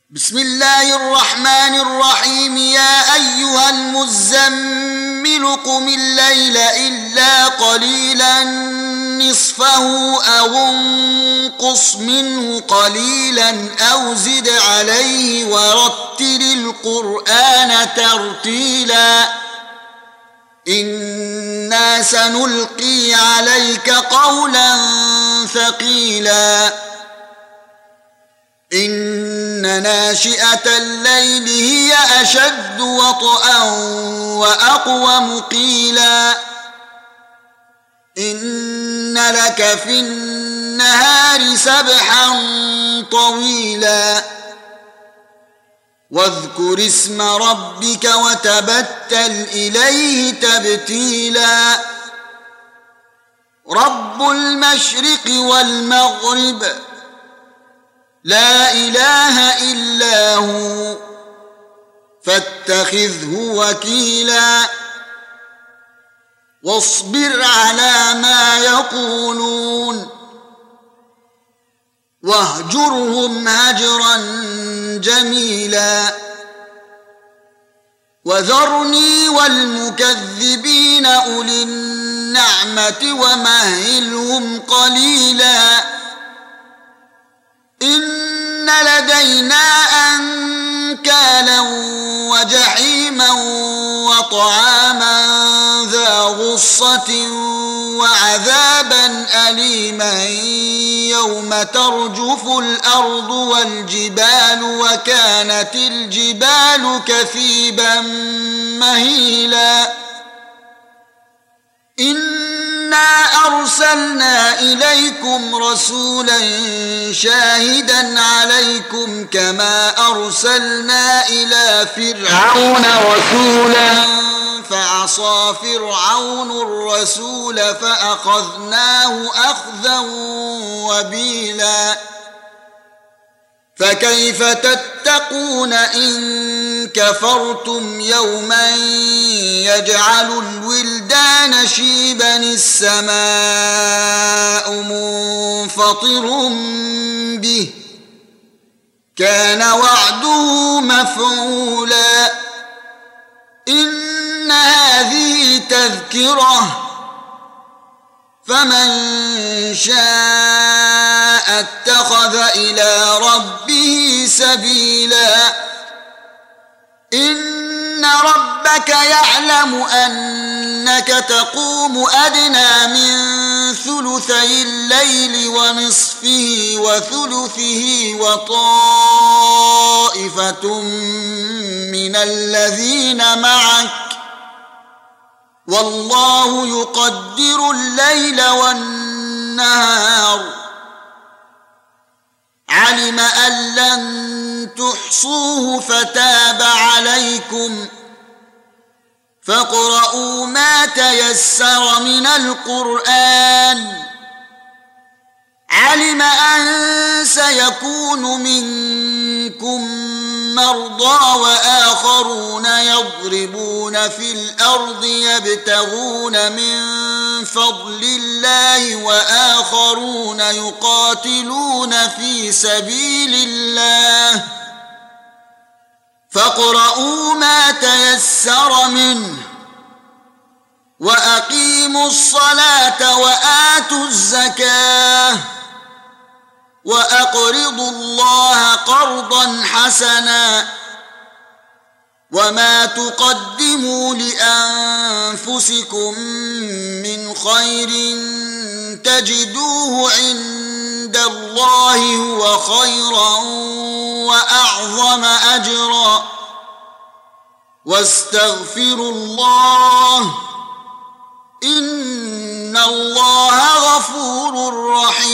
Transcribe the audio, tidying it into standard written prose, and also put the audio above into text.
بسم الله الرحمن الرحيم. يا أيها المزمل قم الليل إلا قليلا نصفه أو انقص منه قليلا أو زد عليه ورتل القرآن ترتيلا إنا سنلقي عليك قولا ثقيلا إن ناشئة الليل هي أشد وطئا وأقوم قيلا إن لك في النهار سبحا طويلا واذكر اسم ربك وتبتل إليه تبتيلا رب المشرق والمغرب لا إله إلا هو فاتخذه وكيلا واصبر على ما يقولون واهجرهم هجرا جميلا وذرني والمكذبين أولي النعمة ومهلهم قليلا إن لدينا أنكالا وجحيما وطعاما ذا غصة وعذابا أليما يوم ترجف الأرض والجبال وكانت الجبال كثيبا مهيلا إنا أرسلنا إليكم رسولا شاهدا عليكم كما أرسلنا إلى فرعون رسولا فعصى فرعون الرسول فأخذناه أخذا وبيلا فكيف تتقون إن كفرتم يوما يجعل الولدان شيبا السماء منفطر به كان وعده مفعولا إن هذه تذكرة فمن شاء اتخذ إلى ربه سبيلا إن ربك يعلم أنك تقوم أدنى من ثلثي الليل ونصفه وثلثه وطائفة من الذين معك والله يقدر الليل والنهار علم أن لن تحصوه فتاب عليكم فاقرؤوا ما تيسر من القرآن علم أن سيكون منكم مرضى وآخرون يضربون في الأرض يبتغون من فضل الله وآخرون يقاتلون في سبيل الله فاقرؤوا ما تيسر منه وأقيموا الصلاة وآتوا الزكاة وأقرضوا الله قرضا حسنا وما تقدموا لأنفسكم من خير تجدوه عند الله هو خيرا وأعظم أجرا واستغفروا الله إن الله غفور رحيم